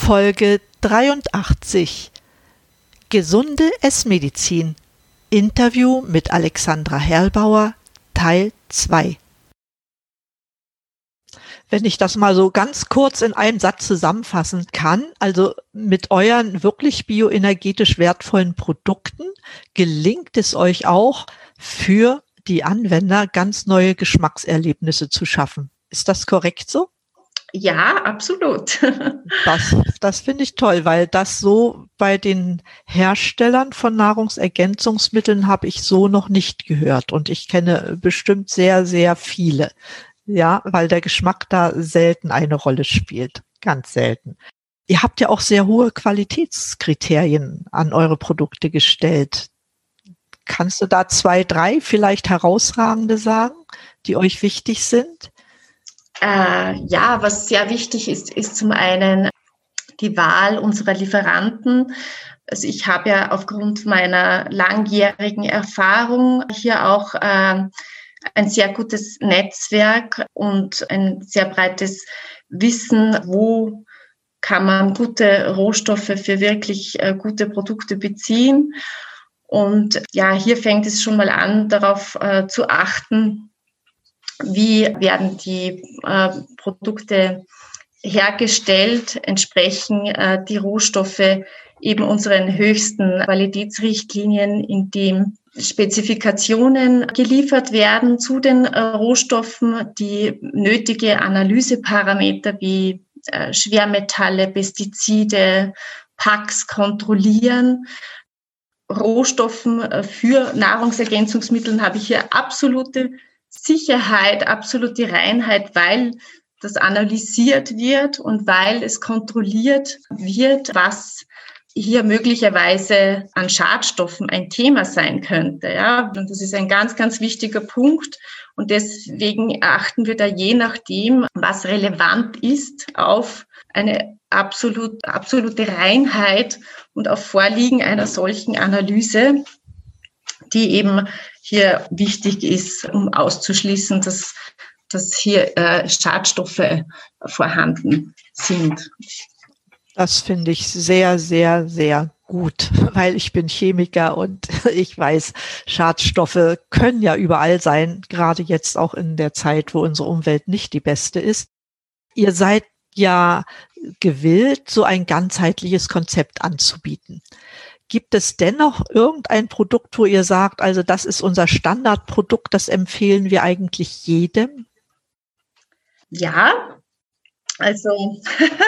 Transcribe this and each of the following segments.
Folge 83. Gesunde Essmedizin. Interview mit Alexandra Herlbauer, Teil 2. Wenn ich das mal so ganz kurz in einem Satz zusammenfassen kann, also mit euren wirklich bioenergetisch wertvollen Produkten gelingt es euch auch, für die Anwender ganz neue Geschmackserlebnisse zu schaffen. Ist das korrekt so? Ja, absolut. Das finde ich toll, weil das so bei den Herstellern von Nahrungsergänzungsmitteln habe ich so noch nicht gehört. Und ich kenne bestimmt sehr, sehr viele. Ja, weil der Geschmack da selten eine Rolle spielt. Ganz selten. Ihr habt ja auch sehr hohe Qualitätskriterien an eure Produkte gestellt. Kannst du da 2, 3 vielleicht herausragende sagen, die euch wichtig sind? Ja, was sehr wichtig ist zum einen die Wahl unserer Lieferanten. Also ich habe ja aufgrund meiner langjährigen Erfahrung hier auch ein sehr gutes Netzwerk und ein sehr breites Wissen, wo kann man gute Rohstoffe für wirklich gute Produkte beziehen. Und ja, hier fängt es schon mal an, darauf zu achten, wie werden die Produkte hergestellt, entsprechen die Rohstoffe eben unseren höchsten Qualitätsrichtlinien, in dem Spezifikationen geliefert werden zu den Rohstoffen, die nötige Analyseparameter wie Schwermetalle, Pestizide, PACs kontrollieren. Rohstoffen für Nahrungsergänzungsmittel habe ich hier absolute Sicherheit, absolute Reinheit, weil das analysiert wird und weil es kontrolliert wird, was hier möglicherweise an Schadstoffen ein Thema sein könnte. Ja, und das ist ein ganz, ganz wichtiger Punkt. Und deswegen achten wir da je nachdem, was relevant ist, auf eine absolute Reinheit und auf Vorliegen einer solchen Analyse, die eben hier wichtig ist, um auszuschließen, dass hier Schadstoffe vorhanden sind. Das finde ich sehr, sehr, sehr gut, weil ich bin Chemiker und ich weiß, Schadstoffe können ja überall sein, gerade jetzt auch in der Zeit, wo unsere Umwelt nicht die beste ist. Ihr seid ja gewillt, so ein ganzheitliches Konzept anzubieten. Gibt es dennoch irgendein Produkt, wo ihr sagt, also das ist unser Standardprodukt, das empfehlen wir eigentlich jedem? Ja, also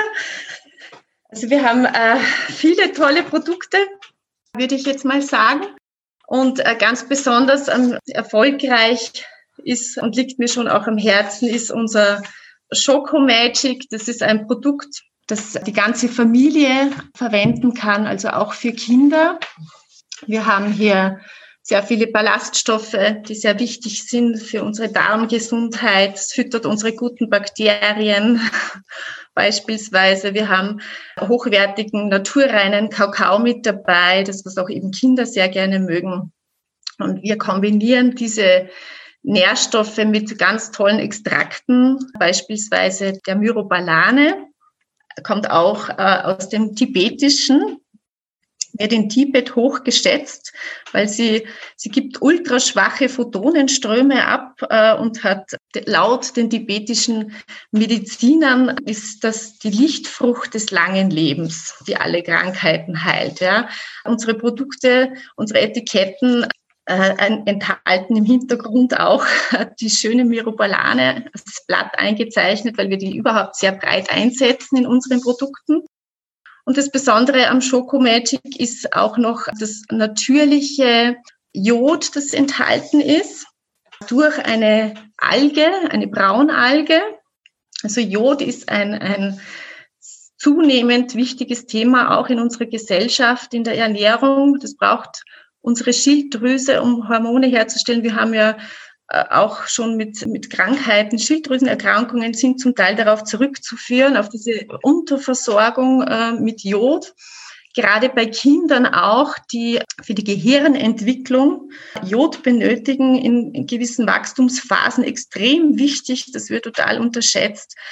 wir haben viele tolle Produkte, würde ich jetzt mal sagen. Und ganz besonders erfolgreich ist und liegt mir schon auch am Herzen, ist unser Schokomagic. Das ist ein Produkt, das die ganze Familie verwenden kann, also auch für Kinder. Wir haben hier sehr viele Ballaststoffe, die sehr wichtig sind für unsere Darmgesundheit. Es füttert unsere guten Bakterien beispielsweise. Wir haben hochwertigen, naturreinen Kakao mit dabei, das was auch eben Kinder sehr gerne mögen. Und wir kombinieren diese Nährstoffe mit ganz tollen Extrakten, beispielsweise der Myrobalane, kommt auch aus dem Tibetischen, wird in Tibet hoch geschätzt, weil sie gibt ultraschwache Photonenströme ab und hat laut den tibetischen Medizinern ist das die Lichtfrucht des langen Lebens, die alle Krankheiten heilt. Ja. Unsere Produkte, unsere Etiketten enthalten im Hintergrund auch die schöne Myrobalane, das Blatt eingezeichnet, weil wir die überhaupt sehr breit einsetzen in unseren Produkten. Und das Besondere am Schokomagic ist auch noch das natürliche Jod, das enthalten ist, durch eine Alge, eine Braunalge. Also Jod ist ein zunehmend wichtiges Thema auch in unserer Gesellschaft, in der Ernährung. Das braucht unsere Schilddrüse, um Hormone herzustellen. Wir haben ja auch schon mit Krankheiten, Schilddrüsenerkrankungen sind zum Teil darauf zurückzuführen, auf diese Unterversorgung mit Jod. Gerade bei Kindern auch, die für die Gehirnentwicklung Jod benötigen in gewissen Wachstumsphasen, extrem wichtig. Das wird total unterschätzt.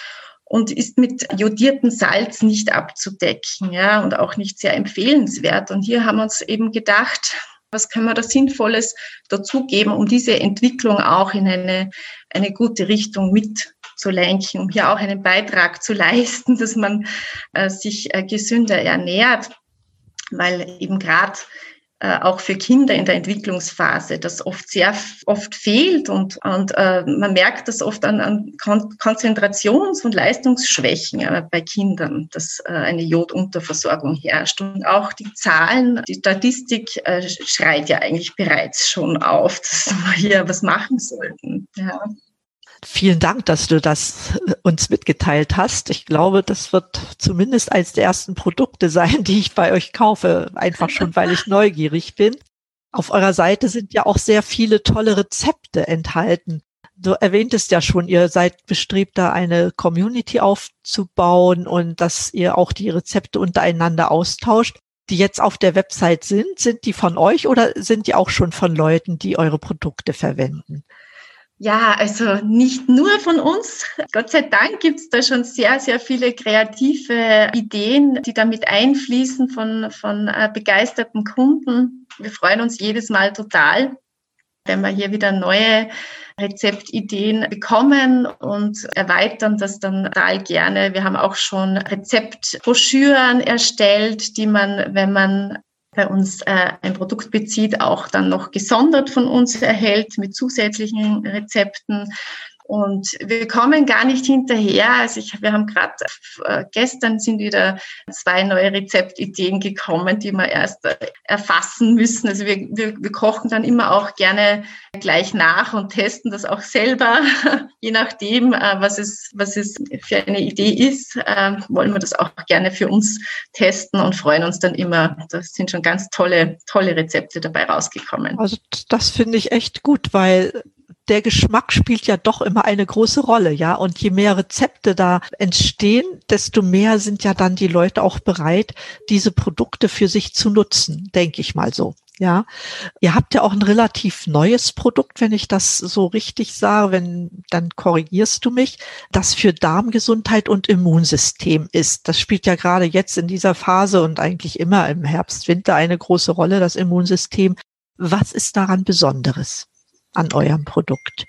und ist mit jodiertem Salz nicht abzudecken, ja, und auch nicht sehr empfehlenswert. Und hier haben wir uns eben gedacht, was können wir da Sinnvolles dazugeben, um diese Entwicklung auch in eine gute Richtung mitzulenken, um hier auch einen Beitrag zu leisten, dass man sich gesünder ernährt, weil eben gerade auch für Kinder in der Entwicklungsphase das sehr oft fehlt und man merkt das oft an Konzentrations- und Leistungsschwächen bei Kindern, dass eine Jodunterversorgung herrscht. Und auch die Zahlen, die Statistik schreit ja eigentlich bereits schon auf, dass wir hier was machen sollten. Ja. Vielen Dank, dass du das uns mitgeteilt hast. Ich glaube, das wird zumindest eines der ersten Produkte sein, die ich bei euch kaufe, einfach schon, weil ich neugierig bin. Auf eurer Seite sind ja auch sehr viele tolle Rezepte enthalten. Du erwähntest ja schon, ihr seid bestrebt, da eine Community aufzubauen und dass ihr auch die Rezepte untereinander austauscht. Die jetzt auf der Website sind die von euch oder sind die auch schon von Leuten, die eure Produkte verwenden? Ja, also nicht nur von uns. Gott sei Dank gibt es da schon sehr, sehr viele kreative Ideen, die damit einfließen von begeisterten Kunden. Wir freuen uns jedes Mal total, wenn wir hier wieder neue Rezeptideen bekommen und erweitern das dann total gerne. Wir haben auch schon Rezeptbroschüren erstellt, die man, wenn man bei uns ein Produkt bezieht, auch dann noch gesondert von uns erhält mit zusätzlichen Rezepten. Und wir kommen gar nicht hinterher. Also wir haben gerade gestern sind wieder 2 neue Rezeptideen gekommen, die wir erst erfassen müssen. Also wir kochen dann immer auch gerne gleich nach und testen das auch selber. Je nachdem, was es für eine Idee ist, wollen wir das auch gerne für uns testen und freuen uns dann immer. Da sind schon ganz tolle Rezepte dabei rausgekommen. Also das finde ich echt gut, weil der Geschmack spielt ja doch immer eine große Rolle, ja. Und je mehr Rezepte da entstehen, desto mehr sind ja dann die Leute auch bereit, diese Produkte für sich zu nutzen, denke ich mal so, ja. Ihr habt ja auch ein relativ neues Produkt, wenn ich das so richtig sage, dann korrigierst du mich, das für Darmgesundheit und Immunsystem ist. Das spielt ja gerade jetzt in dieser Phase und eigentlich immer im Herbst, Winter eine große Rolle, das Immunsystem. Was ist daran Besonderes an eurem Produkt?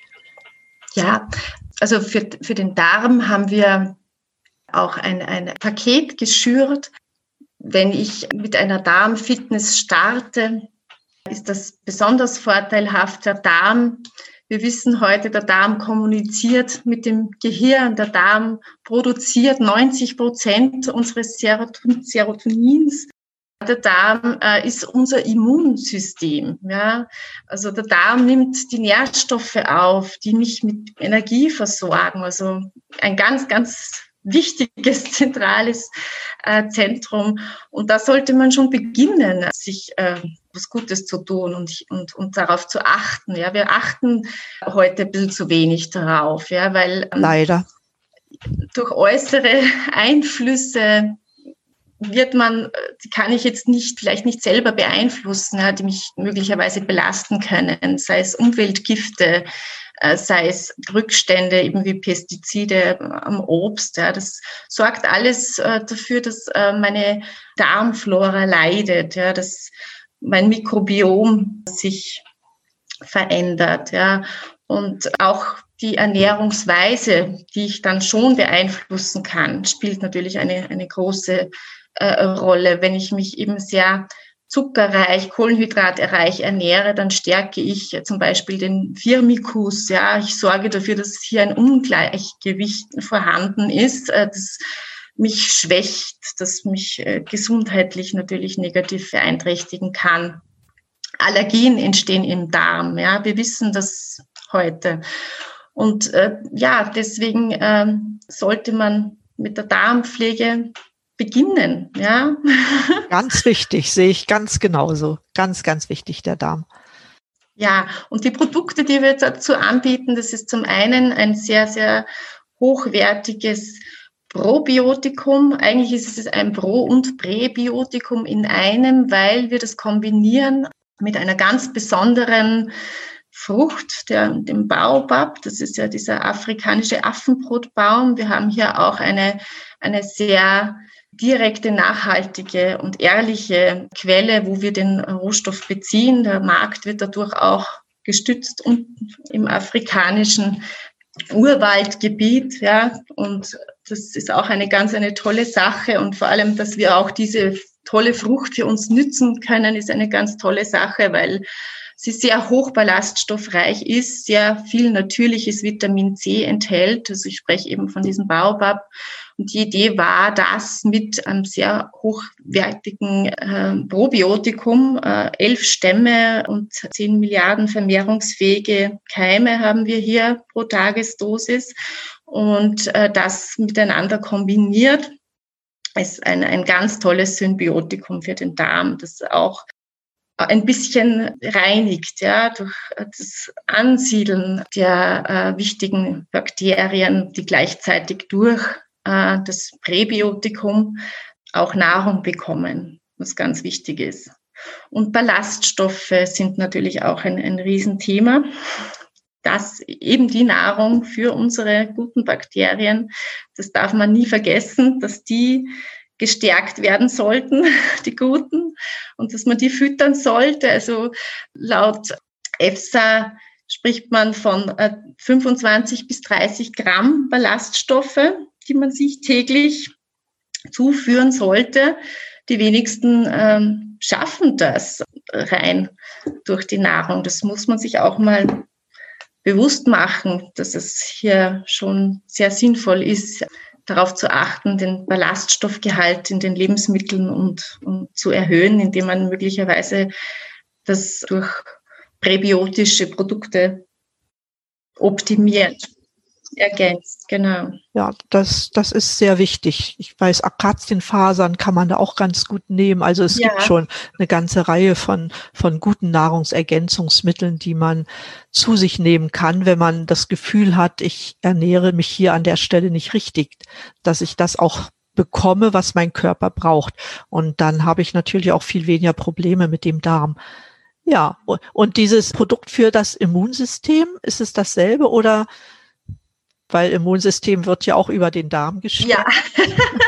Ja, also für den Darm haben wir auch ein Paket geschürt. Wenn ich mit einer Darmfitness starte, ist das besonders vorteilhaft. Der Darm, wir wissen heute, der Darm kommuniziert mit dem Gehirn. Der Darm produziert 90% unseres Serotonins. Der Darm ist unser Immunsystem. Ja? Also der Darm nimmt die Nährstoffe auf, die mich mit Energie versorgen. Also ein ganz, ganz wichtiges, zentrales Zentrum. Und da sollte man schon beginnen, sich was Gutes zu tun und darauf zu achten. Ja? Wir achten heute ein bisschen zu wenig darauf, ja? Weil leider durch äußere Einflüsse die kann ich jetzt vielleicht nicht selber beeinflussen, ja, die mich möglicherweise belasten können, sei es Umweltgifte, sei es Rückstände, eben wie Pestizide am Obst. Ja, das sorgt alles dafür, dass meine Darmflora leidet, ja, dass mein Mikrobiom sich verändert. Ja, und auch die Ernährungsweise, die ich dann schon beeinflussen kann, spielt natürlich eine große Rolle. Wenn ich mich eben sehr zuckerreich, kohlenhydratreich ernähre, dann stärke ich zum Beispiel den Firmicus. Ja, ich sorge dafür, dass hier ein Ungleichgewicht vorhanden ist, das mich schwächt, das mich gesundheitlich natürlich negativ beeinträchtigen kann. Allergien entstehen im Darm. Ja, wir wissen das heute. Und deswegen sollte man mit der Darmpflege beginnen. Ja. Ganz wichtig, sehe ich ganz genauso. Ganz, ganz wichtig, der Darm. Ja, und die Produkte, die wir dazu anbieten, das ist zum einen ein sehr, sehr hochwertiges Probiotikum. Eigentlich ist es ein Pro- und Präbiotikum in einem, weil wir das kombinieren mit einer ganz besonderen Frucht, dem Baobab. Das ist ja dieser afrikanische Affenbrotbaum. Wir haben hier auch eine sehr direkte, nachhaltige und ehrliche Quelle, wo wir den Rohstoff beziehen. Der Markt wird dadurch auch gestützt und im afrikanischen Urwaldgebiet, ja, und das ist auch eine tolle Sache, und vor allem, dass wir auch diese tolle Frucht für uns nützen können, ist eine ganz tolle Sache, weil sie sehr hoch ballaststoffreich ist, sehr viel natürliches Vitamin C enthält. Also ich spreche eben von diesem Baobab. Und die Idee war, das mit einem sehr hochwertigen Probiotikum, 11 Stämme und 10 Milliarden vermehrungsfähige Keime haben wir hier pro Tagesdosis. Und das miteinander kombiniert ist ein ganz tolles Symbiotikum für den Darm, das auch ein bisschen reinigt, ja, durch das Ansiedeln der wichtigen Bakterien, die gleichzeitig durch das Präbiotikum auch Nahrung bekommen, was ganz wichtig ist. Und Ballaststoffe sind natürlich auch ein Riesenthema. Das eben die Nahrung für unsere guten Bakterien, das darf man nie vergessen, dass die gestärkt werden sollten, die guten, und dass man die füttern sollte. Also laut EFSA spricht man von 25 bis 30 Gramm Ballaststoffe, die man sich täglich zuführen sollte. Die wenigsten schaffen das rein durch die Nahrung. Das muss man sich auch mal bewusst machen, dass es hier schon sehr sinnvoll ist, darauf zu achten, den Ballaststoffgehalt in den Lebensmitteln und zu erhöhen, indem man möglicherweise das durch präbiotische Produkte optimiert, ergänzt, genau. Ja, das ist sehr wichtig. Ich weiß, Akazienfasern kann man da auch ganz gut nehmen. Also es gibt schon eine ganze Reihe von guten Nahrungsergänzungsmitteln, die man zu sich nehmen kann, wenn man das Gefühl hat, ich ernähre mich hier an der Stelle nicht richtig, dass ich das auch bekomme, was mein Körper braucht. Und dann habe ich natürlich auch viel weniger Probleme mit dem Darm. Ja, und dieses Produkt für das Immunsystem, ist es dasselbe oder? Weil Immunsystem wird ja auch über den Darm gesteuert. Ja.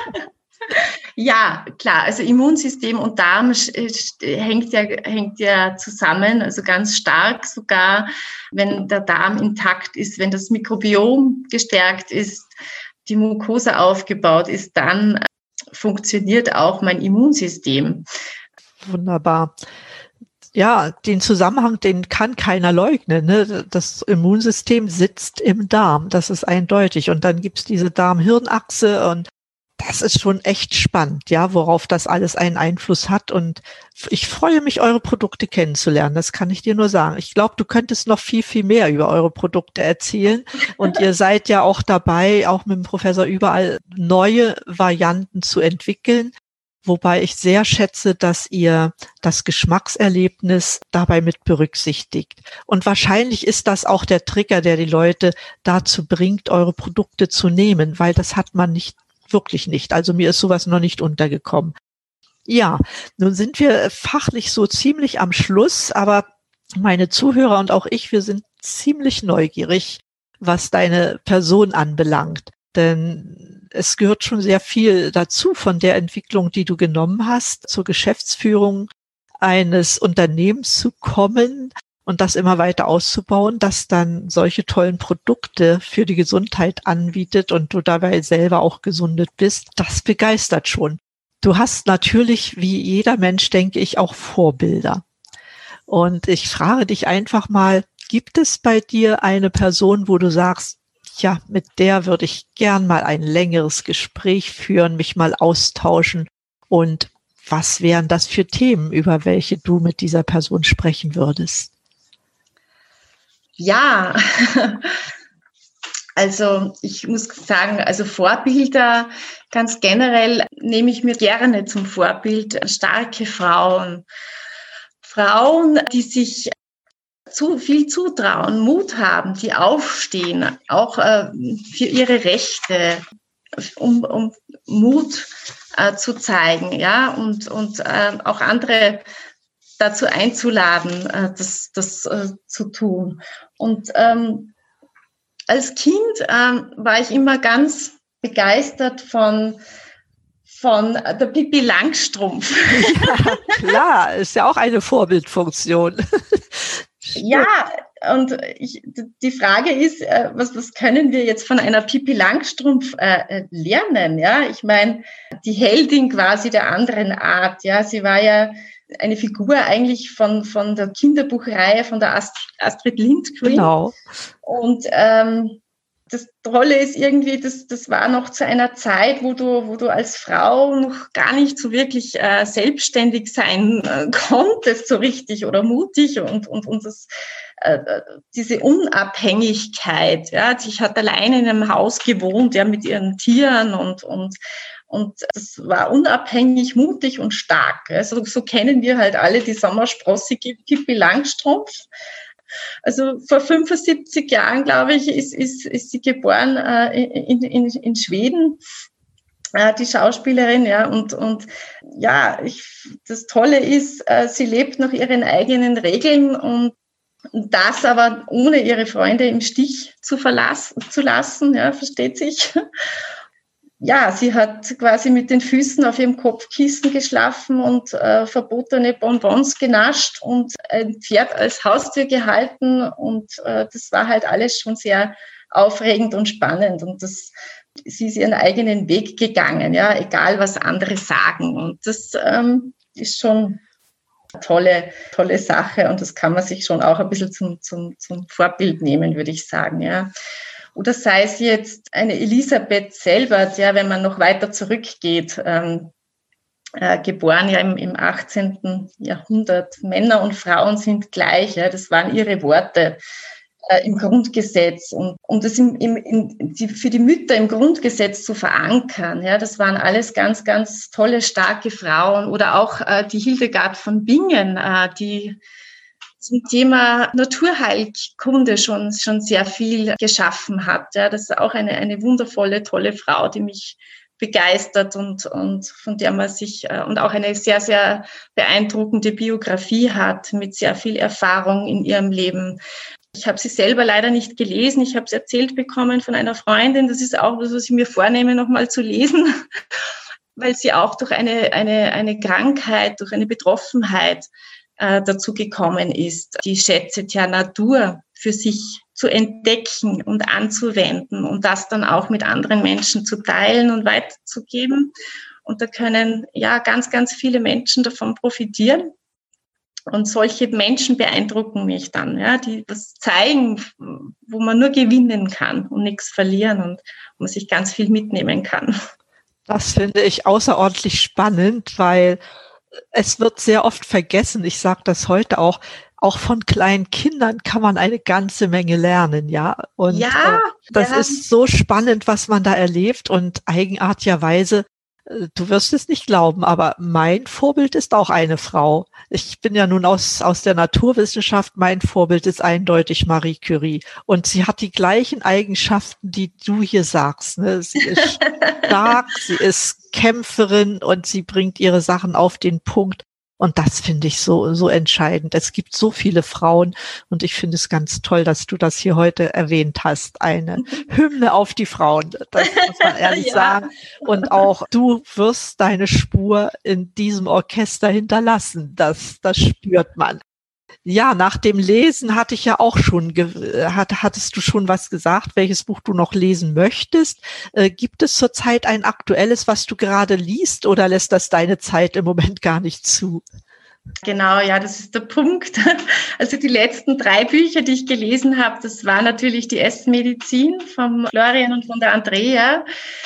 Ja, klar. Also Immunsystem und Darm hängt ja zusammen, also ganz stark sogar, wenn der Darm intakt ist, wenn das Mikrobiom gestärkt ist, die Mucosa aufgebaut ist, dann funktioniert auch mein Immunsystem. Wunderbar. Ja, den Zusammenhang, den kann keiner leugnen, ne? Das Immunsystem sitzt im Darm, das ist eindeutig. Und dann gibt's diese Darm-Hirn-Achse und das ist schon echt spannend, ja, worauf das alles einen Einfluss hat. Und ich freue mich, eure Produkte kennenzulernen. Das kann ich dir nur sagen. Ich glaube, du könntest noch viel, viel mehr über eure Produkte erzählen. Und ihr seid ja auch dabei, auch mit dem Professor Überall neue Varianten zu entwickeln. Wobei ich sehr schätze, dass ihr das Geschmackserlebnis dabei mit berücksichtigt. Und wahrscheinlich ist das auch der Trigger, der die Leute dazu bringt, eure Produkte zu nehmen, weil das hat man wirklich nicht. Also mir ist sowas noch nicht untergekommen. Ja, nun sind wir fachlich so ziemlich am Schluss, aber meine Zuhörer und auch ich, wir sind ziemlich neugierig, was deine Person anbelangt. Denn es gehört schon sehr viel dazu von der Entwicklung, die du genommen hast, zur Geschäftsführung eines Unternehmens zu kommen und das immer weiter auszubauen, das dann solche tollen Produkte für die Gesundheit anbietet und du dabei selber auch gesundet bist. Das begeistert schon. Du hast natürlich, wie jeder Mensch, denke ich, auch Vorbilder. Und ich frage dich einfach mal, gibt es bei dir eine Person, wo du sagst, ja, mit der würde ich gern mal ein längeres Gespräch führen, mich mal austauschen. Und was wären das für Themen, über welche du mit dieser Person sprechen würdest? Ja, also ich muss sagen, also Vorbilder ganz generell nehme ich mir gerne zum Vorbild starke Frauen. Frauen, die sich viel zutrauen, Mut haben, die aufstehen, auch für ihre Rechte, um Mut zu zeigen, ja, und auch andere dazu einzuladen, das zu tun. Und als Kind war ich immer ganz begeistert von der Pippi Langstrumpf. Ja, klar, ist ja auch eine Vorbildfunktion. Ja, und die Frage ist, was können wir jetzt von einer Pippi Langstrumpf lernen? Ja, ich meine, die Heldin quasi der anderen Art. Ja, sie war ja eine Figur eigentlich von der Kinderbuchreihe von der Astrid Lindgren. Genau. Und das Tolle ist irgendwie, das war noch zu einer Zeit, wo du als Frau noch gar nicht so wirklich selbstständig sein konntest, so richtig oder mutig und das, diese Unabhängigkeit. Ja, ich hatte alleine in einem Haus gewohnt, ja, mit ihren Tieren und das war unabhängig, mutig und stark. Also so kennen wir halt alle die sommersprossige Pippi Langstrumpf. Also vor 75 Jahren, glaube ich, ist sie geboren in Schweden, die Schauspielerin, ja, und ja, das Tolle ist, sie lebt nach ihren eigenen Regeln und das aber ohne ihre Freunde im Stich zu lassen, ja, versteht sich. Ja, sie hat quasi mit den Füßen auf ihrem Kopfkissen geschlafen und verbotene Bonbons genascht und ein Pferd als Haustier gehalten. Und das war halt alles schon sehr aufregend und spannend. Und sie ist ihren eigenen Weg gegangen, ja, egal was andere sagen. Und das ist schon eine tolle Sache. Und das kann man sich schon auch ein bisschen zum Vorbild nehmen, würde ich sagen, ja. Oder sei es jetzt eine Elisabeth selber, ja, wenn man noch weiter zurückgeht, geboren ja im 18. Jahrhundert. Männer und Frauen sind gleich, ja, das waren ihre Worte im Grundgesetz. Und das für die Mütter im Grundgesetz zu verankern, ja, das waren alles ganz, ganz tolle, starke Frauen. Oder auch die Hildegard von Bingen, die zum Thema Naturheilkunde schon sehr viel geschaffen hat. Ja, das ist auch eine wundervolle, tolle Frau, die mich begeistert und von der man sich und auch eine sehr, sehr beeindruckende Biografie hat mit sehr viel Erfahrung in ihrem Leben. Ich habe sie selber leider nicht gelesen. Ich habe es erzählt bekommen von einer Freundin. Das ist auch was ich mir vornehme, nochmal zu lesen, weil sie auch durch eine Krankheit, durch eine Betroffenheit dazu gekommen ist, die Schätze der Natur für sich zu entdecken und anzuwenden und das dann auch mit anderen Menschen zu teilen und weiterzugeben. Und da können ja ganz, ganz viele Menschen davon profitieren. Und solche Menschen beeindrucken mich dann, ja, die das zeigen, wo man nur gewinnen kann und nichts verlieren und wo man sich ganz viel mitnehmen kann. Das finde ich außerordentlich spannend, weil es wird sehr oft vergessen. Ich sage das heute auch von kleinen Kindern kann man eine ganze Menge lernen, ja. Und ja, das ist so spannend, was man da erlebt und eigenartigerweise, du wirst es nicht glauben, aber mein Vorbild ist auch eine Frau. Ich bin ja nun aus der Naturwissenschaft. Mein Vorbild ist eindeutig Marie Curie. Und sie hat die gleichen Eigenschaften, die du hier sagst. Ne? Sie ist stark, sie ist Kämpferin und sie bringt ihre Sachen auf den Punkt. Und das finde ich so entscheidend. Es gibt so viele Frauen und ich finde es ganz toll, dass du das hier heute erwähnt hast. Eine Hymne auf die Frauen, das muss man ehrlich sagen. Und auch du wirst deine Spur in diesem Orchester hinterlassen. Das spürt man. Ja, nach dem Lesen hatte ich ja auch schon, hattest du schon was gesagt, welches Buch du noch lesen möchtest. Gibt es zurzeit ein aktuelles, was du gerade liest, oder lässt das deine Zeit im Moment gar nicht zu? Genau, ja, das ist der Punkt. Also die letzten 3 Bücher, die ich gelesen habe, das war natürlich die Essensmedizin vom Florian und von der Andrea.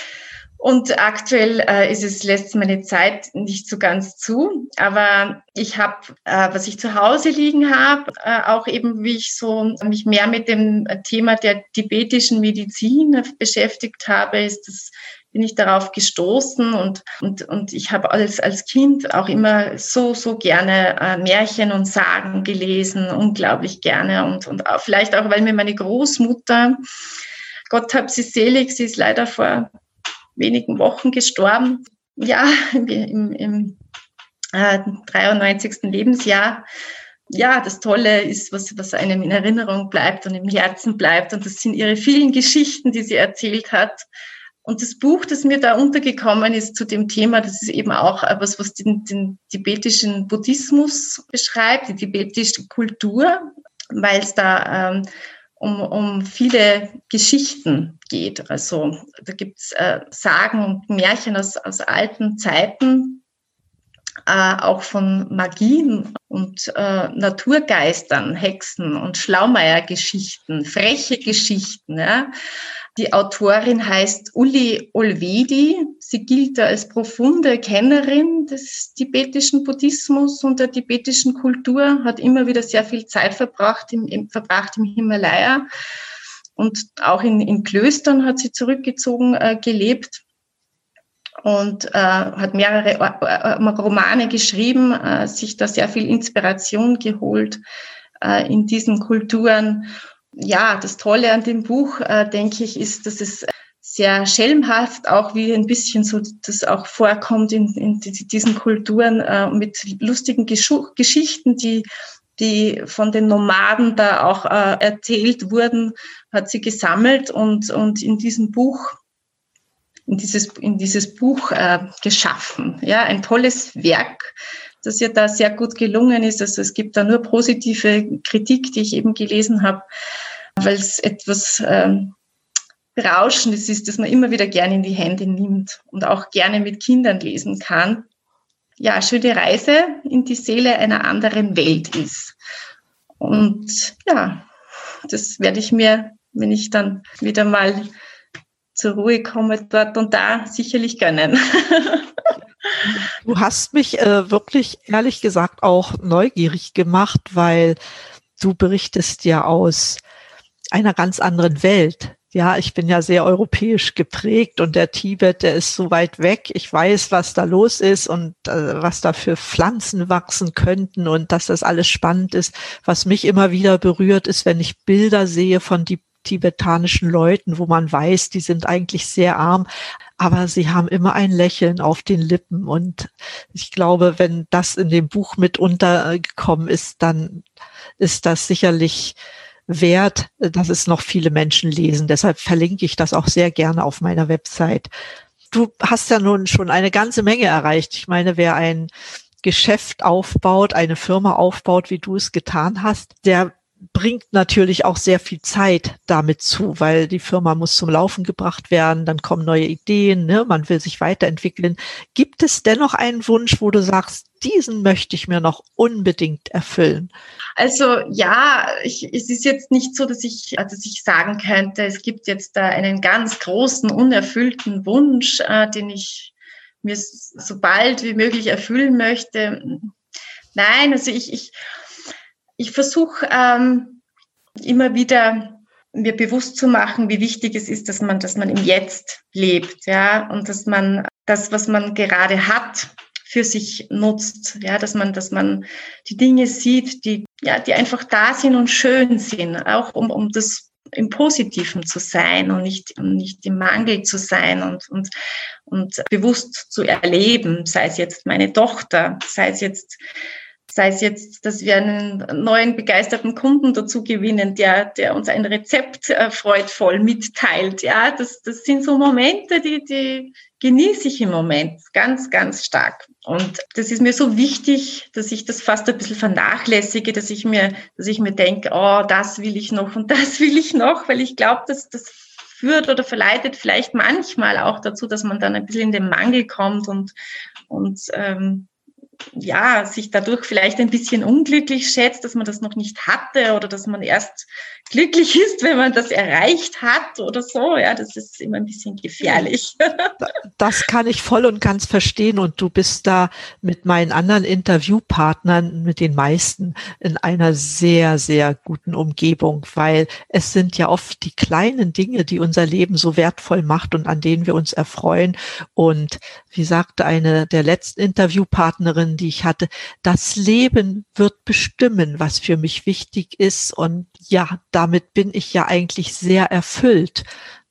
Und aktuell lässt meine Zeit nicht so ganz zu. Aber ich habe, was ich zu Hause liegen habe, auch eben, wie ich so mich mehr mit dem Thema der tibetischen Medizin beschäftigt habe, bin ich darauf gestoßen und ich habe als Kind auch immer so gerne Märchen und Sagen gelesen, unglaublich gerne und auch, vielleicht auch, weil mir meine Großmutter, Gott hab sie selig, sie ist leider vor wenigen Wochen gestorben, ja, im 93. Lebensjahr. Ja, das Tolle ist, was einem in Erinnerung bleibt und im Herzen bleibt. Und das sind ihre vielen Geschichten, die sie erzählt hat. Und das Buch, das mir da untergekommen ist zu dem Thema, das ist eben auch was den tibetischen Buddhismus beschreibt, die tibetische Kultur, weil es da um viele Geschichten geht. Also da gibt's Sagen und Märchen aus alten Zeiten, auch von Magien und Naturgeistern, Hexen und Schlaumeiergeschichten, freche Geschichten. Ja. Die Autorin heißt Uli Olvedi. Sie gilt als profunde Kennerin des tibetischen Buddhismus und der tibetischen Kultur, hat immer wieder sehr viel Zeit verbracht im Himalaya und auch in Klöstern hat sie zurückgezogen gelebt. Und hat mehrere Romane geschrieben, sich da sehr viel Inspiration geholt in diesen Kulturen. Ja, das Tolle an dem Buch, denke ich, ist, dass es sehr schelmhaft auch wie ein bisschen so das auch vorkommt in diesen Kulturen mit lustigen Geschichten, die von den Nomaden da auch erzählt wurden, hat sie gesammelt und in diesem Buch in dieses Buch geschaffen. Ja, ein tolles Werk, das ja da sehr gut gelungen ist. Also es gibt da nur positive Kritik, die ich eben gelesen habe, weil es etwas Berauschendes ist, das man immer wieder gerne in die Hände nimmt und auch gerne mit Kindern lesen kann. Ja, schöne Reise in die Seele einer anderen Welt ist. Und ja, das werde ich mir, wenn ich dann wieder mal zur Ruhe komme, dort und da sicherlich gönnen. Du hast mich wirklich, ehrlich gesagt, auch neugierig gemacht, weil du berichtest ja aus einer ganz anderen Welt. Ja, ich bin ja sehr europäisch geprägt und der Tibet, der ist so weit weg. Ich weiß, was da los ist und was da für Pflanzen wachsen könnten und dass das alles spannend ist. Was mich immer wieder berührt, ist, wenn ich Bilder sehe von die tibetanischen Leuten, wo man weiß, die sind eigentlich sehr arm, aber sie haben immer ein Lächeln auf den Lippen. Und ich glaube, wenn das in dem Buch mit untergekommen ist, dann ist das sicherlich wert, dass es noch viele Menschen lesen. Deshalb verlinke ich das auch sehr gerne auf meiner Website. Du hast ja nun schon eine ganze Menge erreicht. Ich meine, wer ein Geschäft aufbaut, eine Firma aufbaut, wie du es getan hast, der bringt natürlich auch sehr viel Zeit damit zu, weil die Firma muss zum Laufen gebracht werden, dann kommen neue Ideen, ne? Man will sich weiterentwickeln. Gibt es dennoch einen Wunsch, wo du sagst, diesen möchte ich mir noch unbedingt erfüllen? Also ja, es ist jetzt nicht so, dass ich sagen könnte, es gibt jetzt da einen ganz großen, unerfüllten Wunsch, den ich mir so bald wie möglich erfüllen möchte. Nein, also ich versuche immer wieder mir bewusst zu machen, wie wichtig es ist, dass man im Jetzt lebt, ja, und dass man das, was man gerade hat, für sich nutzt, ja, dass man die Dinge sieht, die einfach da sind und schön sind, auch um das im Positiven zu sein und nicht im Mangel zu sein und bewusst zu erleben, sei es jetzt meine Tochter, sei es jetzt, dass wir einen neuen begeisterten Kunden dazu gewinnen, der uns ein Rezept freudvoll mitteilt. Ja, das sind so Momente, die genieße ich im Moment ganz, ganz stark. Und das ist mir so wichtig, dass ich das fast ein bisschen vernachlässige, dass ich mir denke, oh, das will ich noch und das will ich noch, weil ich glaube, dass das führt oder verleitet vielleicht manchmal auch dazu, dass man dann ein bisschen in den Mangel kommt und sich dadurch vielleicht ein bisschen unglücklich schätzt, dass man das noch nicht hatte oder dass man erst glücklich ist, wenn man das erreicht hat oder so. Ja, das ist immer ein bisschen gefährlich. Das kann ich voll und ganz verstehen und du bist da mit meinen anderen Interviewpartnern, mit den meisten, in einer sehr, sehr guten Umgebung, weil es sind ja oft die kleinen Dinge, die unser Leben so wertvoll macht und an denen wir uns erfreuen. Und wie sagte eine der letzten Interviewpartnerinnen, die ich hatte, das Leben wird bestimmen, was für mich wichtig ist. Und ja, damit bin ich ja eigentlich sehr erfüllt.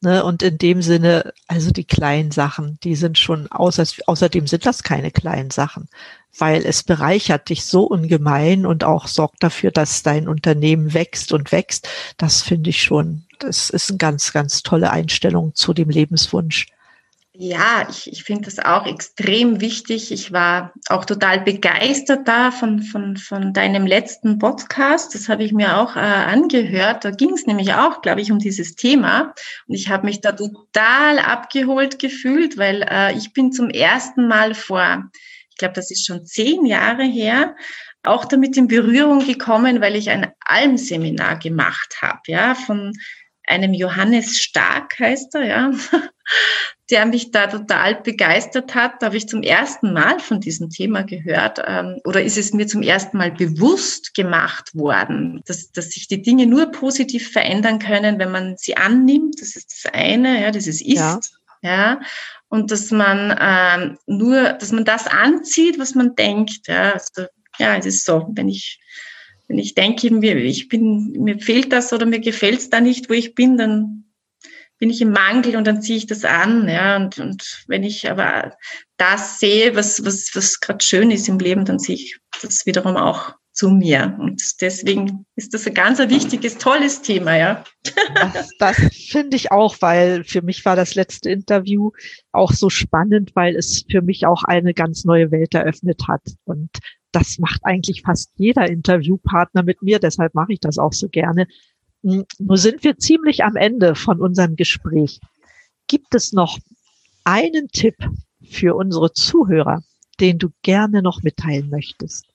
Ne? Und in dem Sinne, also die kleinen Sachen, die sind schon, außerdem sind das keine kleinen Sachen, weil es bereichert dich so ungemein und auch sorgt dafür, dass dein Unternehmen wächst und wächst. Das finde ich schon, das ist eine ganz, ganz tolle Einstellung zu dem Lebenswunsch. Ja, ich finde das auch extrem wichtig. Ich war auch total begeistert da von deinem letzten Podcast. Das habe ich mir auch angehört. Da ging es nämlich auch, glaube ich, um dieses Thema. Und ich habe mich da total abgeholt gefühlt, weil ich bin zum ersten Mal ich glaube, das ist schon 10 Jahre her, auch damit in Berührung gekommen, weil ich ein Almseminar gemacht habe, ja, von einem Johannes Stark heißt er, ja, der mich da total begeistert hat. Da habe ich zum ersten Mal von diesem Thema gehört, oder ist es mir zum ersten Mal bewusst gemacht worden, dass sich die Dinge nur positiv verändern können, wenn man sie annimmt. Das ist das eine, ja, dieses Ist, ja, und dass man dass man das anzieht, was man denkt, ja. Also, ja, es ist so, wenn ich denke, mir fehlt das oder mir gefällt es da nicht, wo ich bin, dann bin ich im Mangel und dann ziehe ich das an, ja, und wenn ich aber das sehe, was gerade schön ist im Leben, dann sehe ich das wiederum auch zu mir. Und deswegen ist das ein ganz wichtiges, tolles Thema, ja. Das finde ich auch, weil für mich war das letzte Interview auch so spannend, weil es für mich auch eine ganz neue Welt eröffnet hat. Und das macht eigentlich fast jeder Interviewpartner mit mir, deshalb mache ich das auch so gerne. Nur sind wir ziemlich am Ende von unserem Gespräch. Gibt es noch einen Tipp für unsere Zuhörer, den du gerne noch mitteilen möchtest?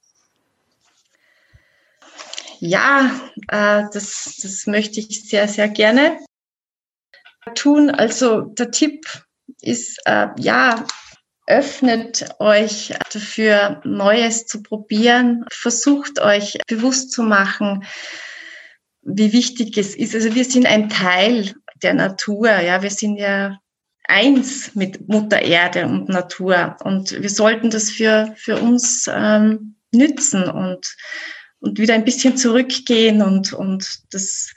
Ja, das möchte ich sehr, sehr gerne tun. Also der Tipp ist, öffnet euch dafür, Neues zu probieren. Versucht euch bewusst zu machen, wie wichtig es ist. Also wir sind ein Teil der Natur, ja, wir sind ja eins mit Mutter Erde und Natur und wir sollten das für uns nützen und wieder ein bisschen zurückgehen und das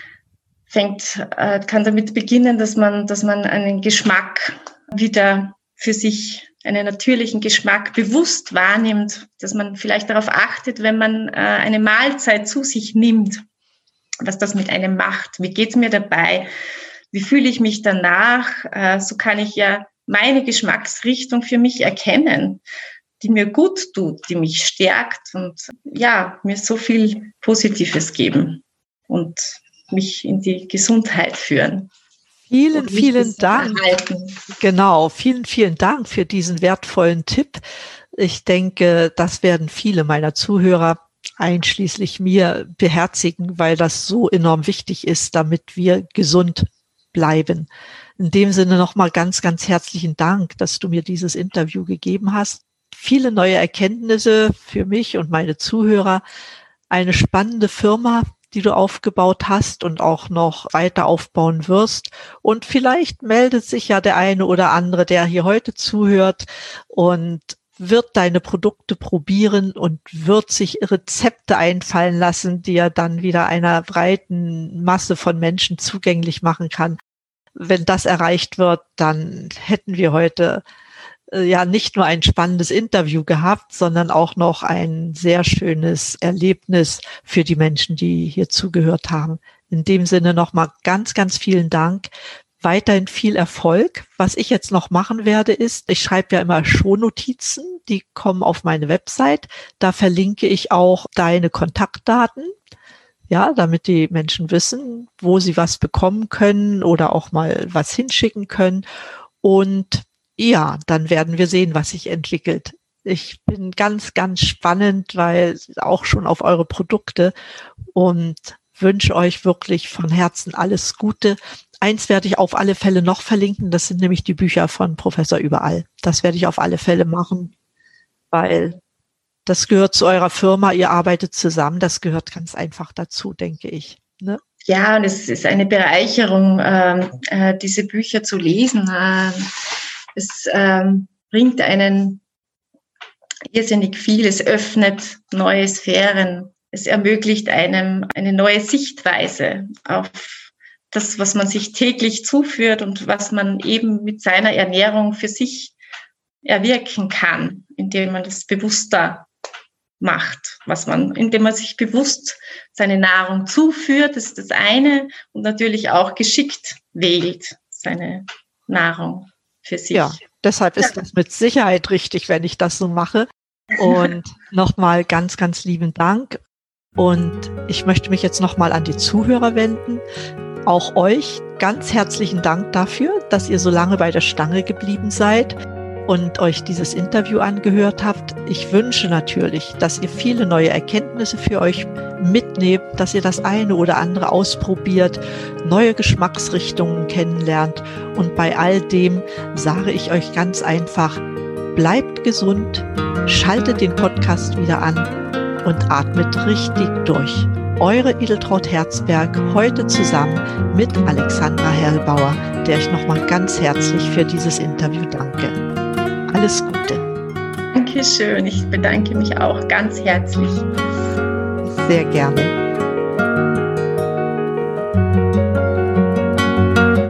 kann damit beginnen, dass man einen Geschmack wieder für sich, einen natürlichen Geschmack bewusst wahrnimmt, dass man vielleicht darauf achtet, wenn man eine Mahlzeit zu sich nimmt, was das mit einem macht. Wie geht's mir dabei? Wie fühle ich mich danach? So kann ich ja meine Geschmacksrichtung für mich erkennen, die mir gut tut, die mich stärkt und ja, mir so viel Positives geben und mich in die Gesundheit führen. Vielen, vielen Dank. Genau, vielen, vielen Dank für diesen wertvollen Tipp. Ich denke, das werden viele meiner Zuhörer, einschließlich mir, beherzigen, weil das so enorm wichtig ist, damit wir gesund bleiben. In dem Sinne nochmal ganz, ganz herzlichen Dank, dass du mir dieses Interview gegeben hast. Viele neue Erkenntnisse für mich und meine Zuhörer. Eine spannende Firma, die du aufgebaut hast und auch noch weiter aufbauen wirst. Und vielleicht meldet sich ja der eine oder andere, der hier heute zuhört und wird deine Produkte probieren und wird sich Rezepte einfallen lassen, die er dann wieder einer breiten Masse von Menschen zugänglich machen kann. Wenn das erreicht wird, dann hätten wir heute ja nicht nur ein spannendes Interview gehabt, sondern auch noch ein sehr schönes Erlebnis für die Menschen, die hier zugehört haben. In dem Sinne nochmal ganz, ganz vielen Dank. Weiterhin viel Erfolg. Was ich jetzt noch machen werde, ist, ich schreibe ja immer Shownotizen, die kommen auf meine Website. Da verlinke ich auch deine Kontaktdaten, ja, damit die Menschen wissen, wo sie was bekommen können oder auch mal was hinschicken können. Und ja, dann werden wir sehen, was sich entwickelt. Ich bin ganz, ganz spannend, weil auch schon auf eure Produkte und wünsche euch wirklich von Herzen alles Gute. Eins werde ich auf alle Fälle noch verlinken, das sind nämlich die Bücher von Professor Überall. Das werde ich auf alle Fälle machen, weil das gehört zu eurer Firma, ihr arbeitet zusammen, das gehört ganz einfach dazu, denke ich. Ne? Ja, und es ist eine Bereicherung, diese Bücher zu lesen. Es bringt einen irrsinnig viel, es öffnet neue Sphären, es ermöglicht einem eine neue Sichtweise auf das, was man sich täglich zuführt und was man eben mit seiner Ernährung für sich erwirken kann, indem man das bewusster macht, indem man sich bewusst seine Nahrung zuführt, das ist das eine, und natürlich auch geschickt wählt seine Nahrung für sich. Ja, deshalb ist das mit Sicherheit richtig, wenn ich das so mache. Und nochmal ganz, ganz lieben Dank. Und ich möchte mich jetzt nochmal an die Zuhörer wenden. Auch euch ganz herzlichen Dank dafür, dass ihr so lange bei der Stange geblieben seid und euch dieses Interview angehört habt. Ich wünsche natürlich, dass ihr viele neue Erkenntnisse für euch mitnehmt, dass ihr das eine oder andere ausprobiert, neue Geschmacksrichtungen kennenlernt. Und bei all dem sage ich euch ganz einfach, bleibt gesund, schaltet den Podcast wieder an und atmet richtig durch. Eure Edeltraud Herzberg, heute zusammen mit Alexandra Herlbauer, der ich nochmal ganz herzlich für dieses Interview danke. Alles Gute. Dankeschön, ich bedanke mich auch ganz herzlich. Sehr gerne.